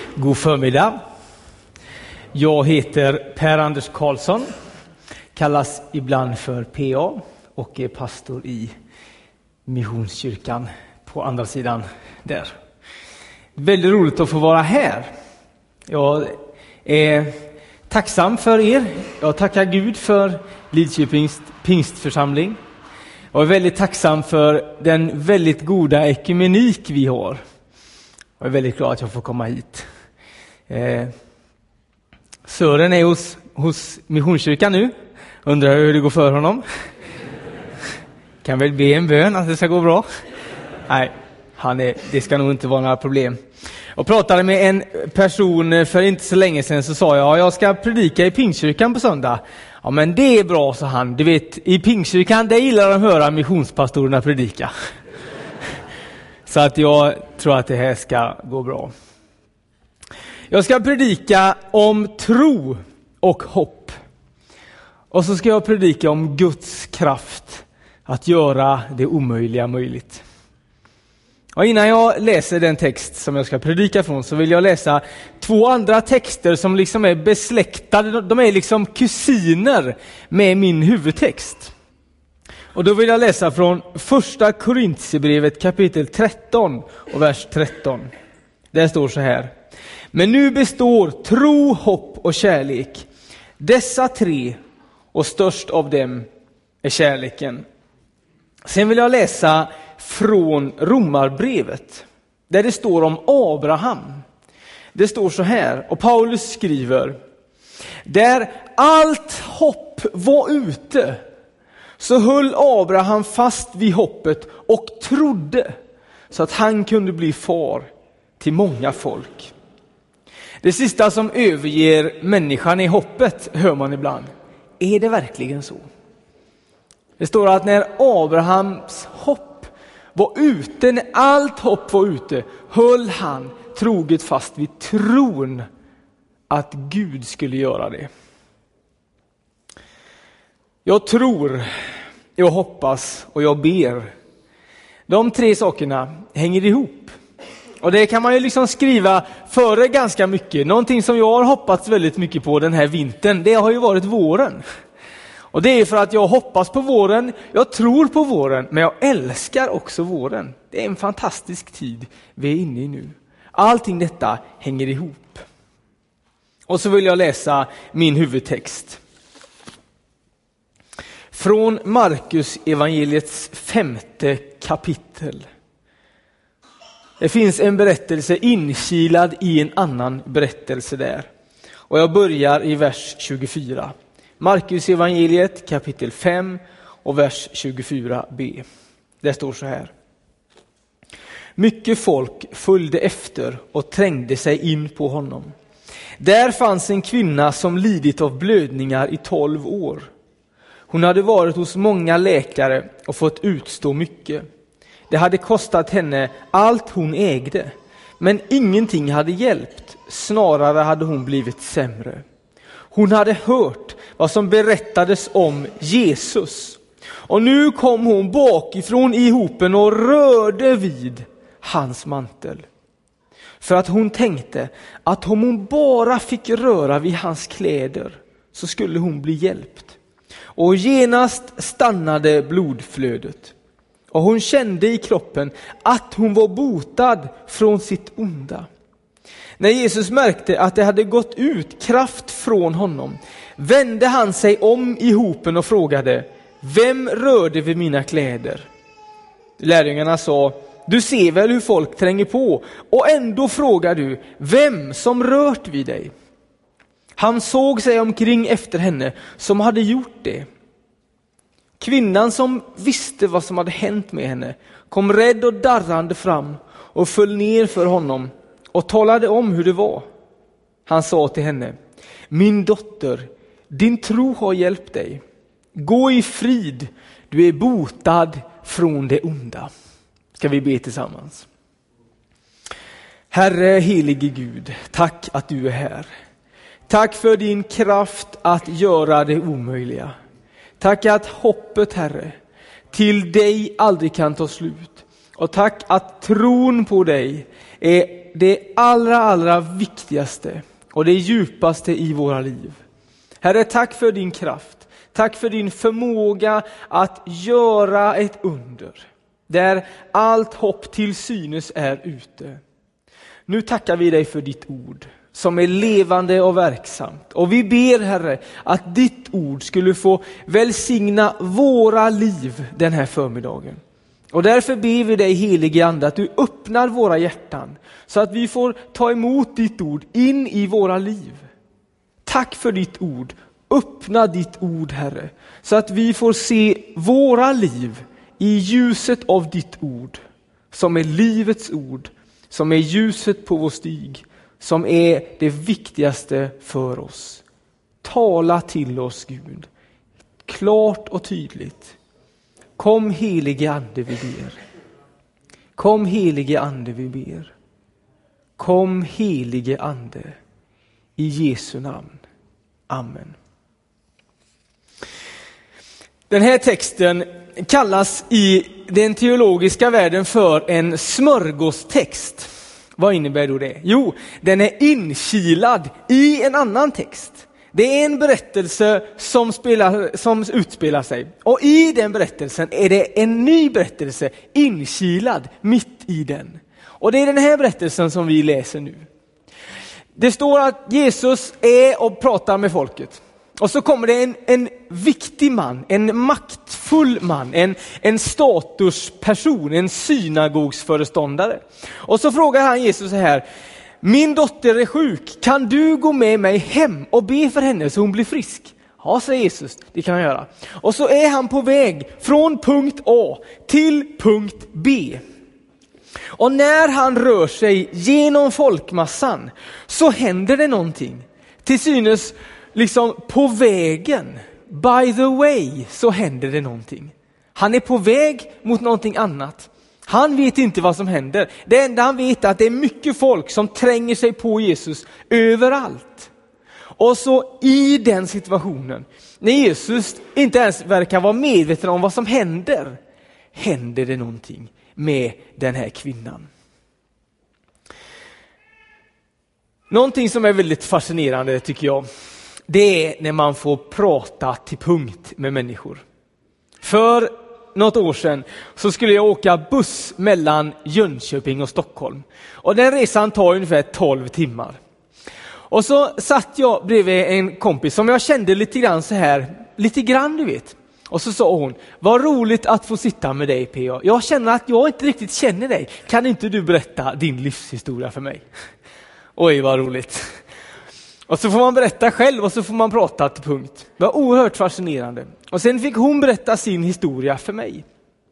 God förmiddag. Jag heter Per-Anders Karlsson, kallas ibland för PA och är pastor i Missionskyrkan på andra sidan där. Väldigt roligt att få vara här. Jag är tacksam för er. Jag tackar Gud för Lidköpings pingstförsamling. Jag är väldigt tacksam för den väldigt goda ekumenik vi har. Jag är väldigt glad att jag får komma hit. Sören är hos Missionskyrkan nu. Undrar hur det går för honom. Kan väl be en bön att det ska gå bra. Nej, det ska nog inte vara några problem. Jag pratade med en person för inte så länge sedan, så sa jag ska predika i Pingstkyrkan på söndag. Ja, men det är bra, sa han. Du vet, i Pingstkyrkan det gillar de att höra missionspastorerna predika. Så att jag tror att det här ska gå bra. Jag ska predika om tro och hopp. Och så ska jag predika om Guds kraft att göra det omöjliga möjligt. Och innan jag läser den text som jag ska predika från så vill jag läsa 2 andra texter som liksom är besläktade. De är liksom kusiner med min huvudtext. Och då vill jag läsa från första Korintierbrevet kapitel 13 och vers 13. Där står så här. Men nu består tro, hopp och kärlek. Dessa 3, och störst av dem är kärleken. Sen vill jag läsa från Romarbrevet, där det står om Abraham. Det står så här, och Paulus skriver: där allt hopp var ute, så höll Abraham fast vid hoppet och trodde, så att han kunde bli far till många folk. Det sista som överger människan är hoppet, hör man ibland. Är det verkligen så? Det står att när Abrahams hopp var ute, när allt hopp var ute, höll han troget fast vid tron att Gud skulle göra det. Jag tror, jag hoppas och jag ber. De 3 sakerna hänger ihop. Och det kan man ju liksom skriva före ganska mycket. Någonting som jag har hoppats väldigt mycket på den här vintern, det har ju varit våren. Och det är för att jag hoppas på våren, jag tror på våren, men jag älskar också våren. Det är en fantastisk tid vi är inne i nu. Allting detta hänger ihop. Och så vill jag läsa min huvudtext. Från Markus evangeliets 5:e kapitel. Det finns en berättelse inkilad i en annan berättelse där. Och jag börjar i vers 24. Markus evangeliet kapitel 5 och vers 24b. Det står så här. Mycket folk följde efter och trängde sig in på honom. Där fanns en kvinna som lidit av blödningar i 12 år. Hon hade varit hos många läkare och fått utstå mycket. Det hade kostat henne allt hon ägde, men ingenting hade hjälpt. Snarare hade hon blivit sämre. Hon hade hört vad som berättades om Jesus. Och nu kom hon bakifrån i hopen och rörde vid hans mantel. För att hon tänkte att om hon bara fick röra vid hans kläder så skulle hon bli hjälpt. Och genast stannade blodflödet. Och hon kände i kroppen att hon var botad från sitt onda. När Jesus märkte att det hade gått ut kraft från honom, vände han sig om i hopen och frågade: vem rörde vid mina kläder? Lärjungarna sa: du ser väl hur folk tränger på, och ändå frågar du vem som rört vid dig? Han såg sig omkring efter henne som hade gjort det. Kvinnan som visste vad som hade hänt med henne kom rädd och darrande fram och föll ner för honom och talade om hur det var. Han sa till henne: min dotter, din tro har hjälpt dig. Gå i frid, du är botad från det onda. Ska vi be tillsammans? Herre helige Gud, tack att du är här. Tack för din kraft att göra det omöjliga. Tack att hoppet, Herre, till dig aldrig kan ta slut. Och tack att tron på dig är det allra viktigaste och det djupaste i våra liv. Herre, tack för din kraft. Tack för din förmåga att göra ett under. Där allt hopp till synes är ute. Nu tackar vi dig för ditt ord som är levande och verksamt. Och vi ber, Herre, att ditt ord skulle få välsigna våra liv den här förmiddagen. Och därför ber vi dig, helige Ande, att du öppnar våra hjärtan så att vi får ta emot ditt ord in i våra liv. Tack för ditt ord. Öppna ditt ord, Herre, så att vi får se våra liv i ljuset av ditt ord, som är livets ord, som är ljuset på vår stig, som är det viktigaste för oss. Tala till oss, Gud, klart och tydligt. Kom, helige Ande, vi ber. Kom, helige Ande, vi ber. Kom, helige Ande, i Jesu namn. Amen. Den här texten kallas i den teologiska världen för en smörgåstext. Vad innebär då det? Jo, den är inkilad i en annan text. Det är en berättelse som utspelar sig. Och i den berättelsen är det en ny berättelse inkilad mitt i den. Och det är den här berättelsen som vi läser nu. Det står att Jesus är och pratar med folket. Och så kommer det en viktig man, en maktfull man, en statusperson, en synagogsföreståndare. Och så frågar han Jesus så här: min dotter är sjuk, kan du gå med mig hem och be för henne så hon blir frisk? Ja, säger Jesus, det kan jag göra. Och så är han på väg från punkt A till punkt B. Och när han rör sig genom folkmassan så händer det någonting. Till synes liksom på vägen, by the way, så händer det någonting. Han är på väg mot någonting annat. Han vet inte vad som händer. Det enda han vet är att det är mycket folk som tränger sig på Jesus överallt. Och så i den situationen, när Jesus inte ens verkar vara medveten om vad som händer det någonting med den här kvinnan. Någonting som är väldigt fascinerande tycker jag, det är när man får prata till punkt med människor. För något år sedan så skulle jag åka buss mellan Jönköping och Stockholm. Och den resan tar ungefär 12 timmar. Och så satt jag bredvid en kompis som jag kände lite grann så här, lite grann du vet. Och så sa hon: vad roligt att få sitta med dig, P.A. Jag känner att jag inte riktigt känner dig. Kan inte du berätta din livshistoria för mig? Oj, vad roligt. Och så får man berätta själv och så får man prata till punkt. Det var oerhört fascinerande. Och sen fick hon berätta sin historia för mig.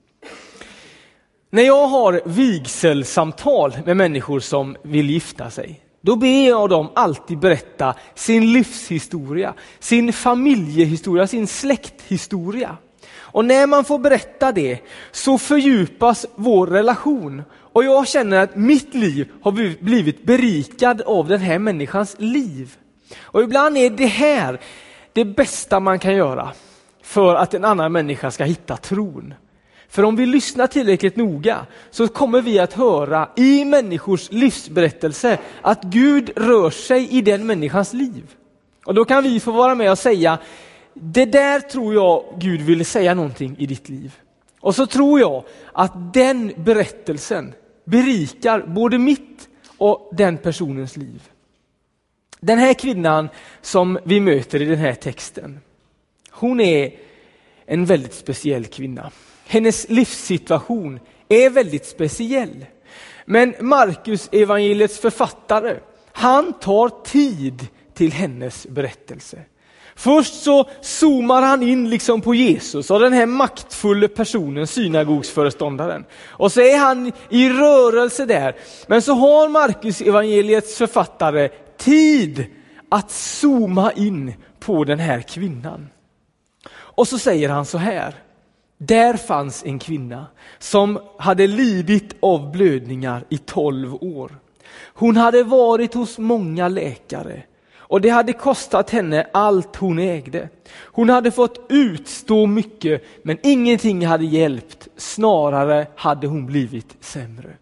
När jag har vigselsamtal med människor som vill gifta sig, då ber jag dem alltid berätta sin livshistoria, sin familjehistoria, sin släkthistoria. Och när man får berätta det så fördjupas vår relation. Och jag känner att mitt liv har blivit berikad av den här människans liv. Och ibland är det här det bästa man kan göra för att en annan människa ska hitta tron. För om vi lyssnar tillräckligt noga så kommer vi att höra i människors livsberättelse att Gud rör sig i den människans liv. Och då kan vi få vara med och säga: det där tror jag Gud vill säga någonting i ditt liv. Och så tror jag att den berättelsen berikar både mitt och den personens liv. Den här kvinnan som vi möter i den här texten, hon är en väldigt speciell kvinna. Hennes livssituation är väldigt speciell. Men Markus evangeliets författare, han tar tid till hennes berättelse. Först så zoomar han in liksom på Jesus och den här maktfulla personen, synagogsföreståndaren. Och så är han i rörelse där. Men så har Markus evangeliets författare tid att zooma in på den här kvinnan. Och så säger han så här: där fanns en kvinna som hade lidit av blödningar i 12 år. Hon hade varit hos många läkare och det hade kostat henne allt hon ägde. Hon hade fått utstå mycket, men ingenting hade hjälpt. Snarare hade hon blivit sämre.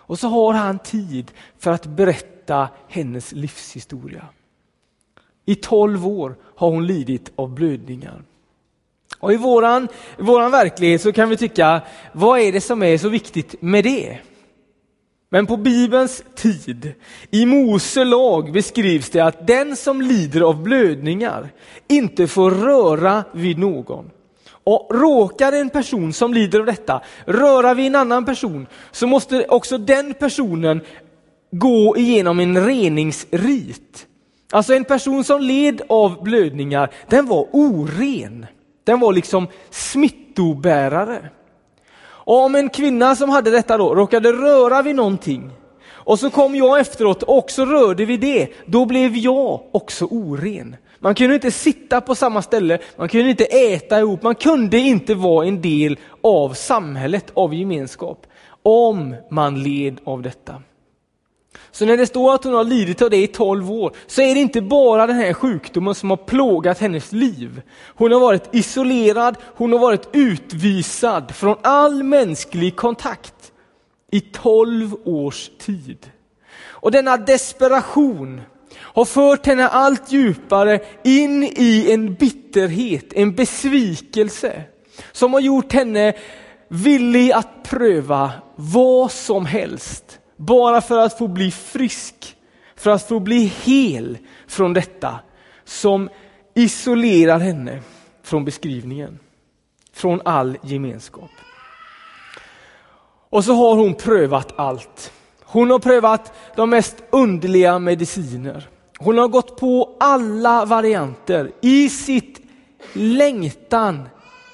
Och så har han tid för att berätta hennes livshistoria. I 12 år har hon lidit av blödningar. Och i våran verklighet så kan vi tycka, vad är det som är så viktigt med det? Men på Bibelns tid, i Mose lag beskrivs det att den som lider av blödningar inte får röra vid någon. Och råkar en person som lider av detta röra vid en annan person, så måste också den personen gå igenom en reningsrit. Alltså en person som led av blödningar, den var oren. Den var liksom smittobärare. Och om en kvinna som hade detta då råkade röra vid någonting, och så kom jag efteråt och också rörde vid det, då blev jag också oren. Man kunde inte sitta på samma ställe, man kunde inte äta ihop, man kunde inte vara en del av samhället, av gemenskap, om man led av detta. Så när det står att hon har lidit av det i 12 år, så är det inte bara den här sjukdomen som har plågat hennes liv. Hon har varit isolerad, hon har varit utvisad från all mänsklig kontakt i 12 års tid. Och denna desperation har fört henne allt djupare in i en bitterhet, en besvikelse, som har gjort henne villig att pröva vad som helst. Bara för att få bli frisk, för att få bli hel från detta som isolerar henne från beskrivningen, från all gemenskap. Och så har hon prövat allt. Hon har prövat de mest underliga mediciner. Hon har gått på alla varianter i sitt längtan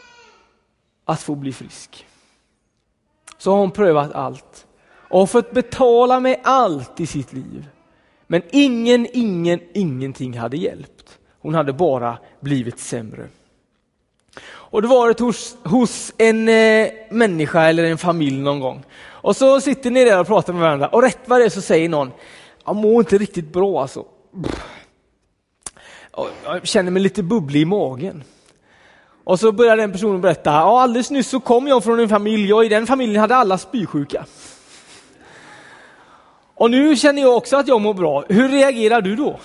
att få bli frisk. Så har hon prövat allt. Och har fått betala med allt i sitt liv. Men ingenting hade hjälpt. Hon hade bara blivit sämre. Och det var hos en människa eller en familj någon gång. Och så sitter ni där och pratar med varandra. Och rätt vad det är så säger någon, jag mår inte riktigt bra alltså. Jag känner mig lite bubblig i magen. Och så börjar den personen berätta, ja, alldeles nyss så kom jag från en familj och i den familjen hade alla spysjuka. Och nu känner jag också att jag mår bra. Hur reagerar du då?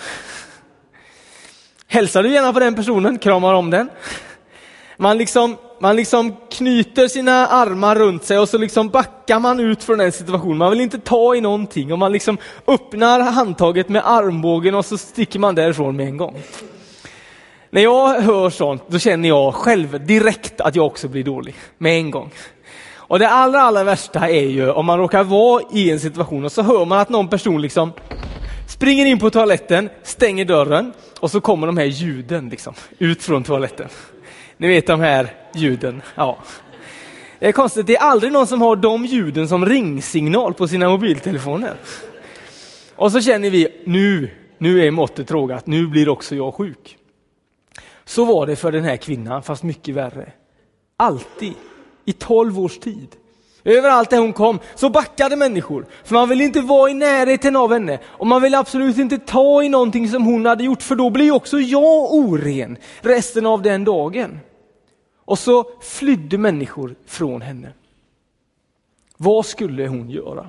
Hälsar du gärna på den personen? Kramar om den? Man liksom knyter sina armar runt sig och så liksom backar man ut från den situationen. Man vill inte ta i någonting och man liksom öppnar handtaget med armbågen och så sticker man därifrån med en gång. När jag hör sånt, då känner jag själv direkt att jag också blir dålig. Med en gång. Och det allra värsta är ju om man råkar vara i en situation och så hör man att någon person liksom springer in på toaletten, stänger dörren och så kommer de här ljuden liksom ut från toaletten. Ni vet de här ljuden, ja. Det är konstigt, det är aldrig någon som har de ljuden som ringsignal på sina mobiltelefoner. Och så känner vi, nu är måttet rågat, nu blir också jag sjuk. Så var det för den här kvinnan, fast mycket värre. Alltid. I 12 års tid. Överallt där hon kom så backade människor. För man vill inte vara i närheten av henne. Och man vill absolut inte ta i någonting som hon hade gjort. För då blir också jag oren resten av den dagen. Och så flydde människor från henne. Vad skulle hon göra?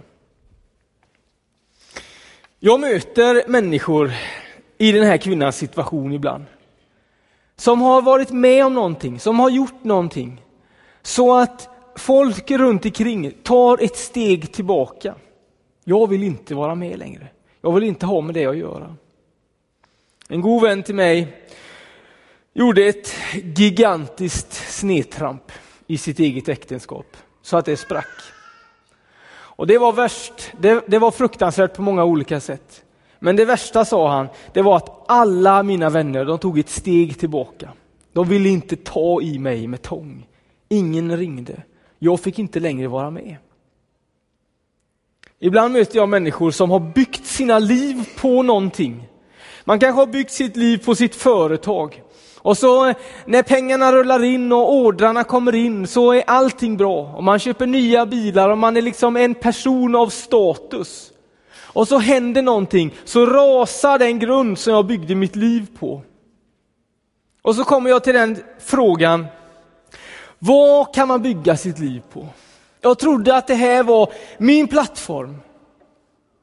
Jag möter människor i den här kvinnans situation ibland. Som har varit med om någonting. Som har gjort någonting. Så att folk runt omkring tar ett steg tillbaka. Jag vill inte vara med längre. Jag vill inte ha med det att göra. En god vän till mig gjorde ett gigantiskt snedtramp i sitt eget äktenskap. Så att det sprack. Och det var värst. Det var fruktansvärt på många olika sätt. Men det värsta, sa han, det var att alla mina vänner, de tog ett steg tillbaka. De ville inte ta i mig med tång. Ingen ringde. Jag fick inte längre vara med. Ibland möter jag människor som har byggt sina liv på någonting. Man kanske har byggt sitt liv på sitt företag. Och så när pengarna rullar in och ordrarna kommer in så är allting bra. Och man köper nya bilar och man är liksom en person av status. Och så händer någonting, så rasar den grund som jag byggde mitt liv på. Och så kommer jag till den frågan, vad kan man bygga sitt liv på? Jag trodde att det här var min plattform.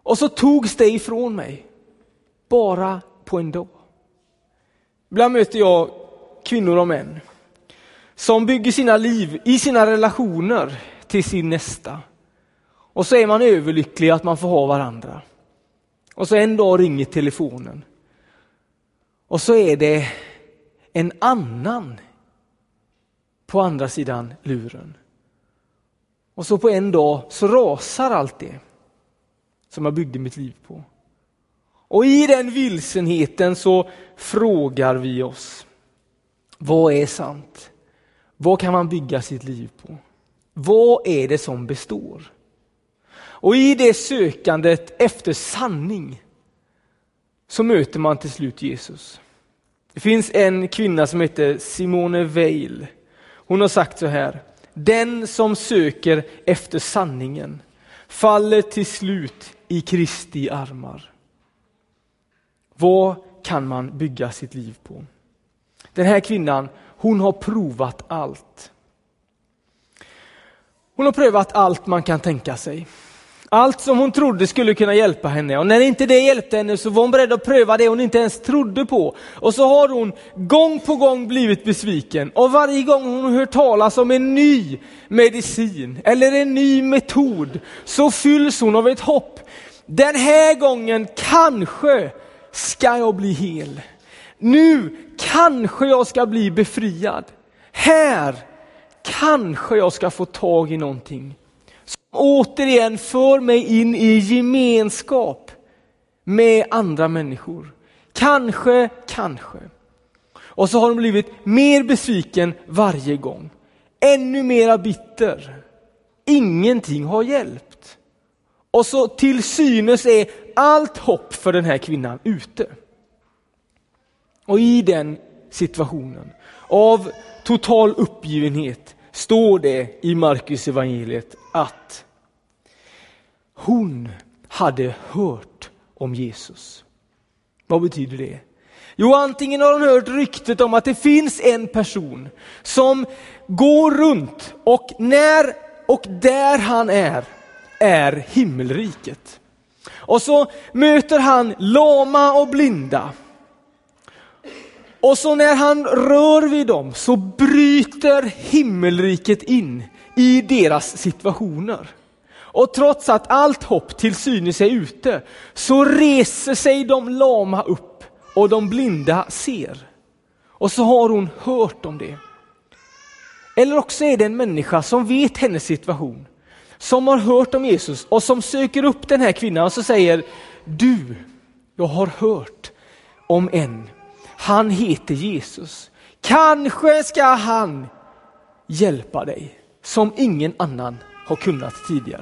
Och så togs det ifrån mig. Bara på en dag. Ibland möter jag kvinnor och män som bygger sina liv i sina relationer till sin nästa. Och så är man överlycklig att man får ha varandra. Och så en dag ringer telefonen. Och så är det en annan på andra sidan luren. Och så på en dag så rasar allt det som jag byggde mitt liv på. Och i den vilsenheten så frågar vi oss: vad är sant? Vad kan man bygga sitt liv på? Vad är det som består? Och i det sökandet efter sanning så möter man till slut Jesus. Det finns en kvinna som heter Simone Weil. Hon har sagt så här: den som söker efter sanningen faller till slut i Kristi armar. Vad kan man bygga sitt liv på? Den här kvinnan, hon har provat allt. Hon har prövat allt man kan tänka sig. Allt som hon trodde skulle kunna hjälpa henne. Och när inte det hjälpte henne så var hon beredd att pröva det hon inte ens trodde på. Och så har hon gång på gång blivit besviken. Och varje gång hon hör talas om en ny medicin eller en ny metod så fylls hon av ett hopp. Den här gången kanske ska jag bli hel. Nu kanske jag ska bli befriad. Här kanske jag ska få tag i någonting som återigen för mig in i gemenskap med andra människor. Kanske. Och så har hon blivit mer besviken varje gång. Ännu mera bitter. Ingenting har hjälpt. Och så till synes är allt hopp för den här kvinnan ute. Och i den situationen av total uppgivenhet står det i Markus evangeliet att hon hade hört om Jesus. Vad betyder det? Jo, antingen har hon hört ryktet om att det finns en person som går runt och när och där han är himmelriket. Och så möter han lama och blinda. Och så när han rör vid dem så bryter himmelriket in i deras situationer. Och trots att allt hopp till synes är ute så reser sig de lama upp och de blinda ser. Och så har hon hört om det. Eller också är det en människa som vet hennes situation, som har hört om Jesus och som söker upp den här kvinnan och så säger: du, jag har hört om en. Han heter Jesus. Kanske ska han hjälpa dig som ingen annan har kunnat tidigare.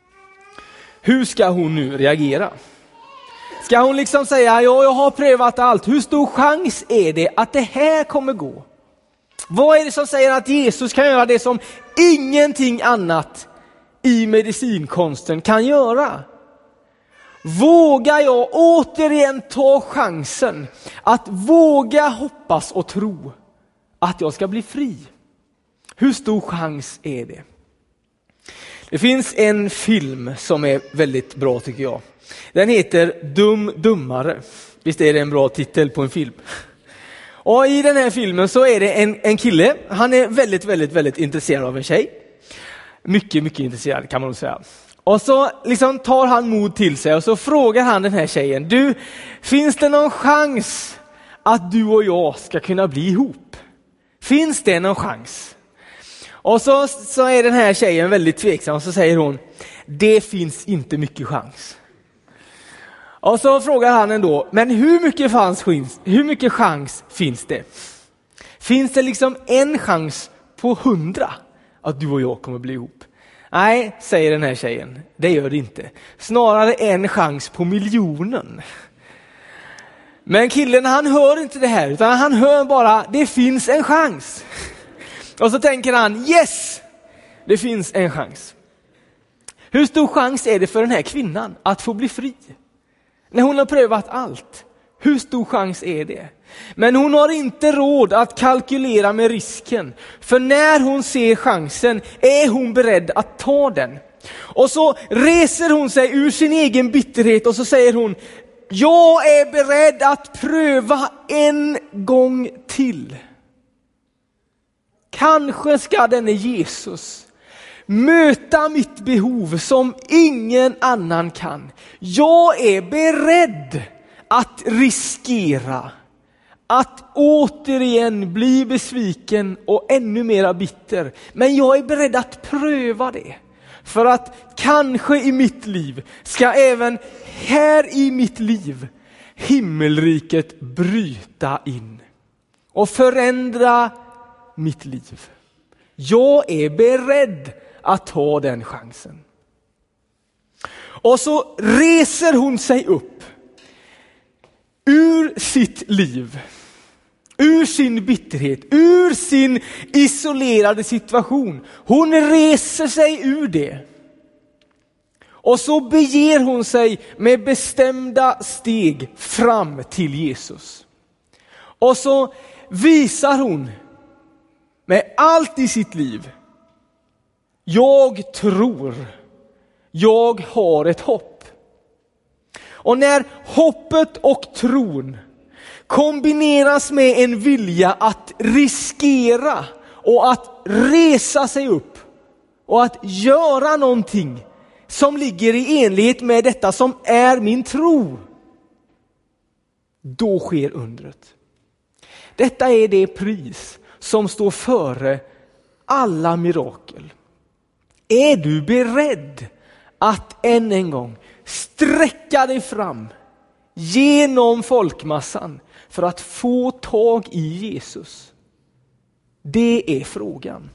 Hur ska hon nu reagera? Ska hon liksom säga: ja, jag har prövat allt. Hur stor chans är det att det här kommer gå? Vad är det som säger att Jesus kan göra det som ingenting annat i medicinkonsten kan göra? Vågar jag återigen ta chansen att våga hoppas och tro att jag ska bli fri? Hur stor chans är det? Det finns en film som är väldigt bra tycker jag. Den heter Dummare. Visst är det en bra titel på en film? Och i den här filmen så är det en kille. Han är väldigt intresserad av en tjej. Mycket intresserad kan man nog säga. Och så liksom tar han mod till sig och så frågar han den här tjejen: du, finns det någon chans att du och jag ska kunna bli ihop? Finns det någon chans? Och så är den här tjejen väldigt tveksam och så säger hon: det finns inte mycket chans. Och så frågar han ändå: men hur mycket chans finns det? Finns det liksom en chans på 100 att du och jag kommer bli ihop? Nej, säger den här tjejen, det gör det inte. Snarare en chans på 1,000,000. Men killen, han hör inte det här, utan han hör bara: det finns en chans. Och så tänker han: yes, det finns en chans. Hur stor chans är det för den här kvinnan att få bli fri? När hon har prövat allt. Hur stor chans är det? Men hon har inte råd att kalkylera med risken. För när hon ser chansen är hon beredd att ta den. Och så reser hon sig ur sin egen bitterhet och så säger hon: jag är beredd att pröva en gång till. Kanske ska denne Jesus möta mitt behov som ingen annan kan. Jag är beredd att riskera att återigen bli besviken och ännu mera bitter. Men jag är beredd att pröva det. För att kanske i mitt liv ska även här i mitt liv himmelriket bryta in och förändra mitt liv. Jag är beredd att ta den chansen. Och så reser hon sig upp ur sitt liv, ur sin bitterhet, ur sin isolerade situation. Hon reser sig ur det. Och så beger hon sig med bestämda steg fram till Jesus. Och så visar hon med allt i sitt liv: jag tror, jag har ett hopp. Och när hoppet och tron kombineras med en vilja att riskera och att resa sig upp och att göra någonting som ligger i enlighet med detta som är min tro, då sker undret. Detta är det pris som står före alla mirakel. Är du beredd att än en gång sträcka dig fram genom folkmassan för att få tag i Jesus? Det är frågan.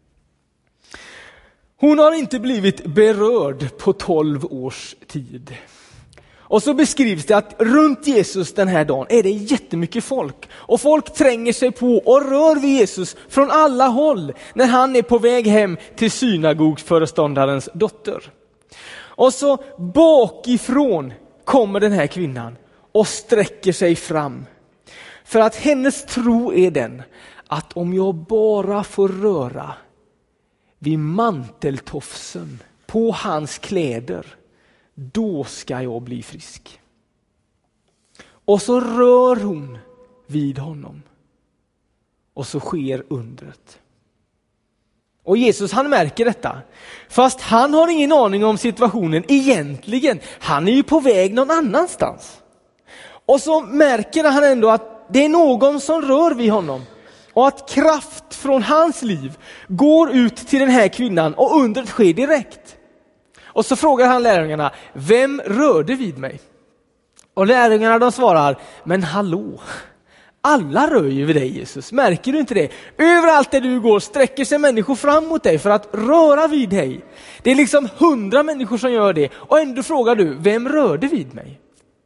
Hon har inte blivit berörd på 12 års tid. Och så beskrivs det att runt Jesus den här dagen är det jättemycket folk. Och folk tränger sig på och rör vid Jesus från alla håll när han är på väg hem till synagogsföreståndarens dotter. Och så bakifrån kommer den här kvinnan och sträcker sig fram. För att hennes tro är den att om jag bara får röra vid manteltofsen på hans kläder, då ska jag bli frisk. Och så rör hon vid honom. Och så sker undret. Och Jesus, han märker detta. Fast han har ingen aning om situationen egentligen. Han är ju på väg någon annanstans. Och så märker han ändå att det är någon som rör vid honom. Och att kraft från hans liv går ut till den här kvinnan och undret sker direkt. Och så frågar han lärjungarna: vem rörde vid mig? Och lärjungarna de svarar: men hallå, alla rör ju vid dig Jesus, märker du inte det? Överallt där du går sträcker sig människor fram mot dig för att röra vid dig. Det är liksom 100 människor som gör det. Och ändå frågar du: vem rörde vid mig?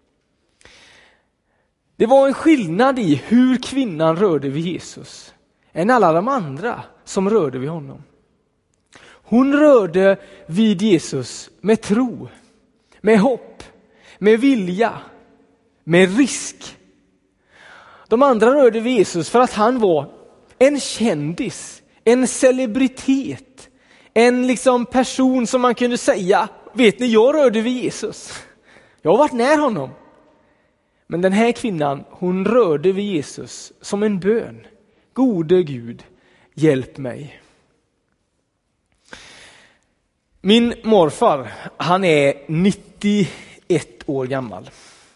Det var en skillnad i hur kvinnan rörde vid Jesus än alla de andra som rörde vid honom. Hon rörde vid Jesus med tro, med hopp, med vilja, med risk. De andra rörde vid Jesus för att han var en kändis, en celebritet, en liksom person som man kunde säga: vet ni, jag rörde vid Jesus. Jag har varit nära honom. Men den här kvinnan, hon rörde vid Jesus som en bön. Gode Gud, hjälp mig. Min morfar, han är 91 år gammal.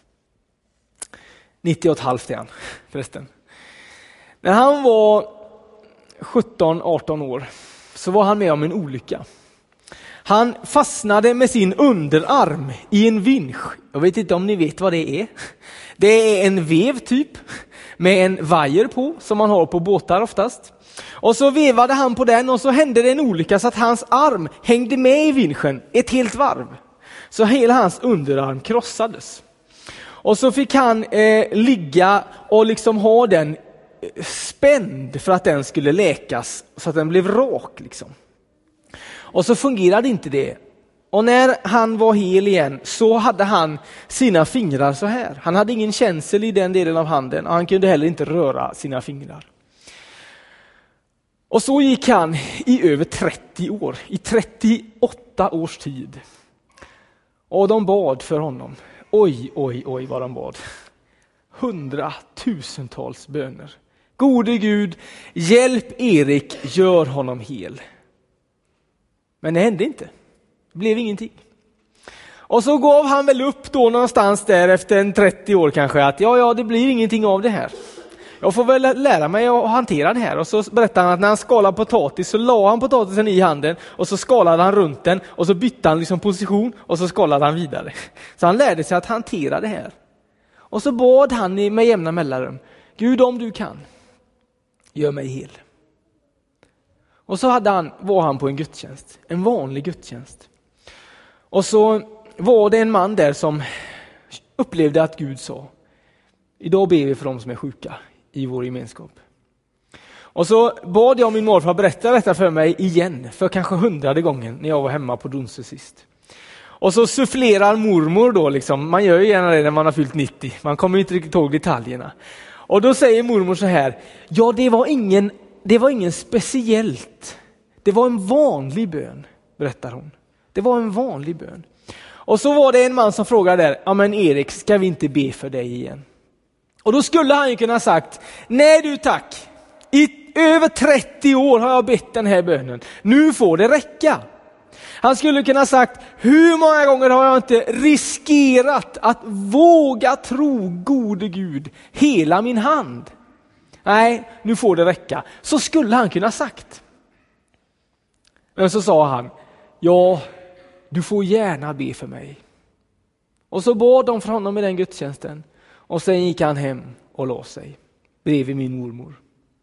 90,5 är han förresten. När han var 17-18 år så var han med om en olycka. Han fastnade med sin underarm i en vinsch. Jag vet inte om ni vet vad det är. Det är en vev typ med en vajer på som man har på båtar oftast. Och så vevade han på den och så hände det en olycka så att hans arm hängde med i vinschen ett helt varv. Så hela hans underarm krossades. Och så fick han ligga och liksom ha den spänd för att den skulle läkas så att den blev rak liksom. Och så fungerade inte det. Och när han var hel igen så hade han sina fingrar så här. Han hade ingen känsel i den delen av handen och han kunde heller inte röra sina fingrar. Och så gick han i över 30 år, i 38 års tid. Och de bad för honom. Oj vad de bad. 100,000-tals böner. Gode Gud, hjälp Erik, gör honom hel. Men det hände inte. Det blev ingenting. Och så gav han väl upp då någonstans där efter en 30 år kanske att ja, det blir ingenting av det här. Jag får väl lära mig att hantera det här. Och så berättade han att när han skalade potatis så la han potatisen i handen och så skalade han runt den och så bytte han liksom position och så skalade han vidare. Så han lärde sig att hantera det här. Och så bad han med jämna mellanrum. Gud, om du kan, gör mig hel. Och så var han på en gudstjänst, en vanlig gudstjänst. Och så var det en man där som upplevde att Gud sa: idag ber vi för dem som är sjuka i vår gemenskap. Och så bad jag min morfar berätta detta för mig igen, för kanske 100:e gången när jag var hemma på Donsö sist. Och så sufflerar mormor då liksom, man gör ju gärna det när man har fyllt 90, man kommer inte riktigt ihåg detaljerna. Och då säger mormor så här: ja, det var ingen speciellt, det var en vanlig bön, berättar hon. Det var en vanlig bön. Och så var det en man som frågade där: ja men Erik, ska vi inte be för dig igen? Och då skulle han ju kunna ha sagt: nej du tack, i över 30 år har jag bett den här bönen, nu får det räcka. Han skulle kunna ha sagt: hur många gånger har jag inte riskerat att våga tro gode Gud hela min hand. Nej, nu får det räcka. Så skulle han kunna ha sagt. Men så sa han: ja, du får gärna be för mig. Och så bad de för honom i den gudstjänsten. Och sen gick han hem och la sig bredvid min mormor.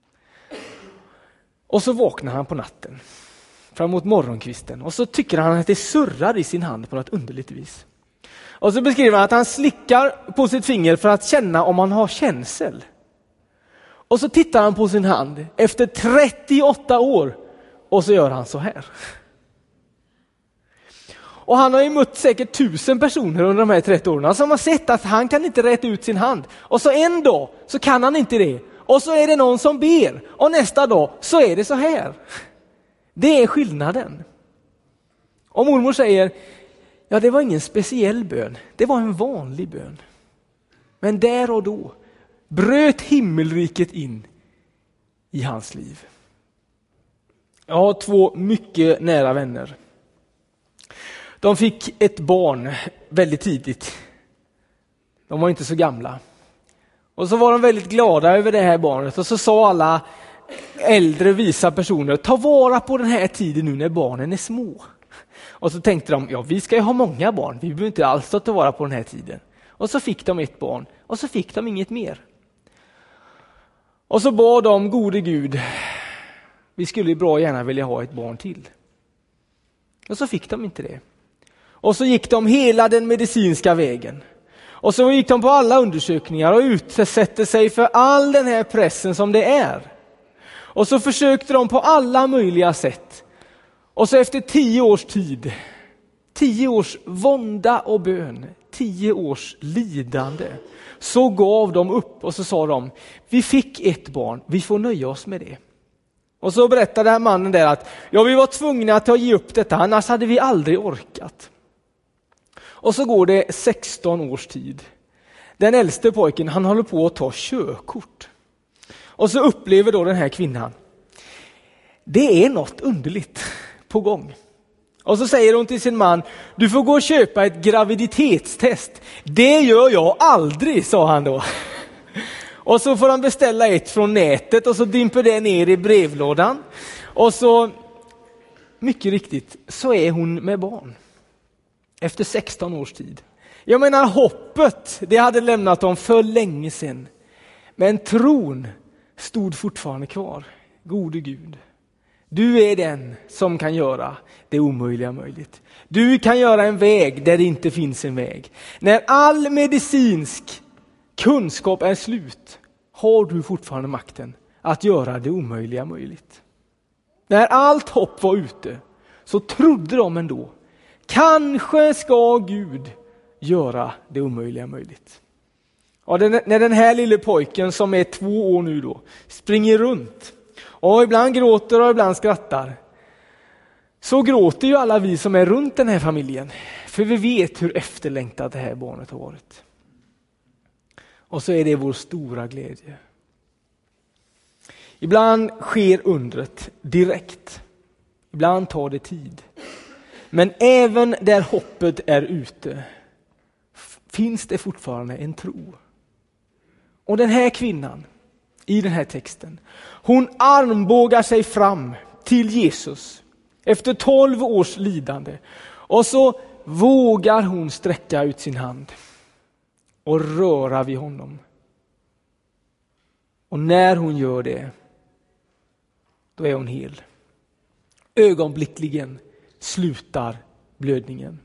Och så vaknade han på natten, framåt morgonkvisten. Och så tycker han att det surrar i sin hand på något underligt vis. Och så beskriver han att han slickar på sitt finger för att känna om han har känsel. Och så tittar han på sin hand efter 38 år. Och så gör han så här. Och han har ju mött säkert 1000 personer under de här 30 åren som har sett att han kan inte rätta ut sin hand. Och så en dag så kan han inte det. Och så är det någon som ber. Och nästa dag så är det så här. Det är skillnaden. Och mormor säger: ja, det var ingen speciell bön. Det var en vanlig bön. Men där och då bröt himmelriket in i hans liv. Jag har 2 mycket nära vänner. De fick ett barn väldigt tidigt. De var inte så gamla. Och så var de väldigt glada över det här barnet. Och så sa alla äldre visa personer: ta vara på den här tiden nu när barnen är små. Och så tänkte de: ja, vi ska ju ha många barn. Vi behöver inte alls ta vara på den här tiden. Och så fick de ett barn. Och så fick de inget mer. Och så bad de: gode Gud, vi skulle ju bra gärna vilja ha ett barn till. Och så fick de inte det. Och så gick de hela den medicinska vägen. Och så gick de på alla undersökningar och utsatte sig för all den här pressen som det är. Och så försökte de på alla möjliga sätt. Och så efter 10 års tid, 10 års vånda och bön, 10 års lidande, så gav de upp och så sa de: vi fick ett barn, vi får nöja oss med det. Och så berättade den mannen där att ja, vi var tvungna att ge upp detta, annars hade vi aldrig orkat. Och så går det 16 års tid. Den äldste pojken, han håller på att ta körkort. Och så upplever då den här kvinnan: det är något underligt på gång. Och så säger hon till sin man: du får gå och köpa ett graviditetstest. Det gör jag aldrig, sa han då. Och så får han beställa ett från nätet och så dimper det ner i brevlådan. Och så, mycket riktigt, så är hon med barn. Efter 16 års tid. Jag menar, hoppet, det hade lämnat dem för länge sedan. Men tron stod fortfarande kvar. Gode Gud, du är den som kan göra det omöjliga möjligt. Du kan göra en väg där det inte finns en väg. När all medicinsk kunskap är slut, har du fortfarande makten att göra det omöjliga möjligt. När allt hopp var ute så trodde de ändå: kanske ska Gud göra det omöjliga möjligt. Och när den här lille pojken som är 2 år nu då springer runt Och ibland gråter och ibland skrattar. Så gråter ju alla vi som är runt den här familjen. För vi vet hur efterlängtat det här barnet har varit. Och så är det vår stora glädje. Ibland sker undret direkt. Ibland tar det tid. Men även där hoppet är ute finns det fortfarande en tro. Och den här kvinnan i den här texten, hon armbågar sig fram till Jesus efter 12 års lidande. Och så vågar hon sträcka ut sin hand och röra vid honom. Och när hon gör det, då är hon hel. Ögonblickligen slutar blödningen.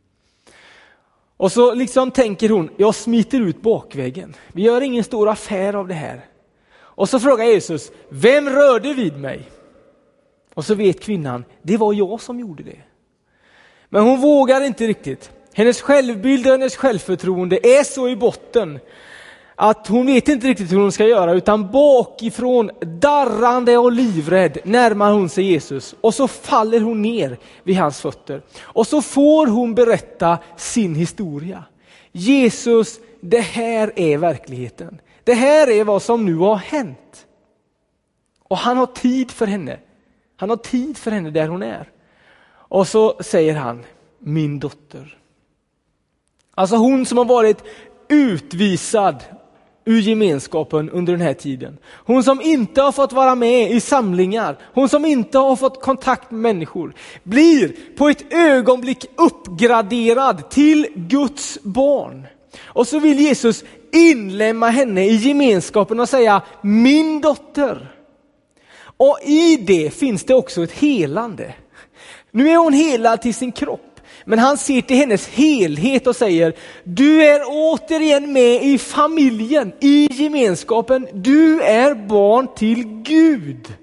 Och så liksom tänker hon, jag smiter ut bakvägen. Vi gör ingen stor affär av det här. Och så frågar Jesus, vem rörde vid mig? Och så vet kvinnan, det var jag som gjorde det. Men hon vågar inte riktigt. Hennes självbild och hennes självförtroende är så i botten att hon vet inte riktigt hur hon ska göra, utan bakifrån, darrande och livrädd, närmar hon sig Jesus. Och så faller hon ner vid hans fötter. Och så får hon berätta sin historia. Jesus, det här är verkligheten. Det här är vad som nu har hänt. Och han har tid för henne. Han har tid för henne där hon är. Och så säger han, min dotter. Alltså hon som har varit utvisad ur gemenskapen under den här tiden. Hon som inte har fått vara med i samlingar. Hon som inte har fått kontakt med människor. Blir på ett ögonblick uppgraderad till Guds barn. Och så vill Jesus inlämna henne i gemenskapen och säga, min dotter. Och i det finns det också ett helande. Nu är hon helad till sin kropp. Men han ser till hennes helhet och säger, du är återigen med i familjen, i gemenskapen. Du är barn till Gud.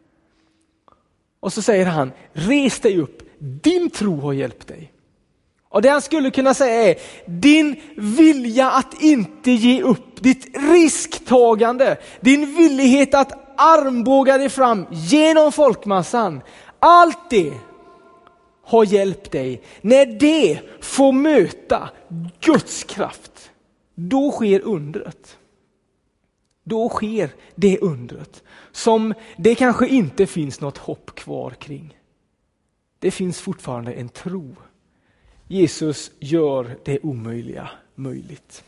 Och så säger han, res dig upp, din tro har hjälpt dig. Och det han skulle kunna säga är, din vilja att inte ge upp, ditt risktagande, din villighet att armbåga dig fram genom folkmassan. Allt det har hjälpt dig. När det får möta Guds kraft, då sker undret. Då sker det undret som det kanske inte finns något hopp kvar kring. Det finns fortfarande en tro. Jesus gör det omöjliga möjligt.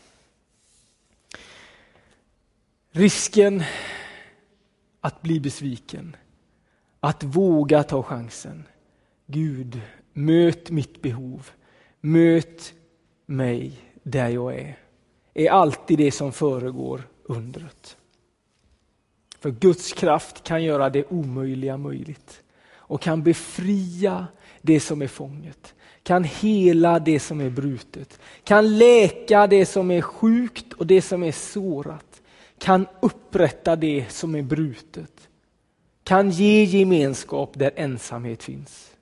Risken att bli besviken, att våga ta chansen. Gud, möt mitt behov. Möt mig där jag är alltid det som föregår undret. För Guds kraft kan göra det omöjliga möjligt. Och kan befria det som är fånget. Kan hela det som är brutet. Kan läka det som är sjukt och det som är sårat. Kan upprätta det som är brutet. Kan ge gemenskap där ensamhet finns.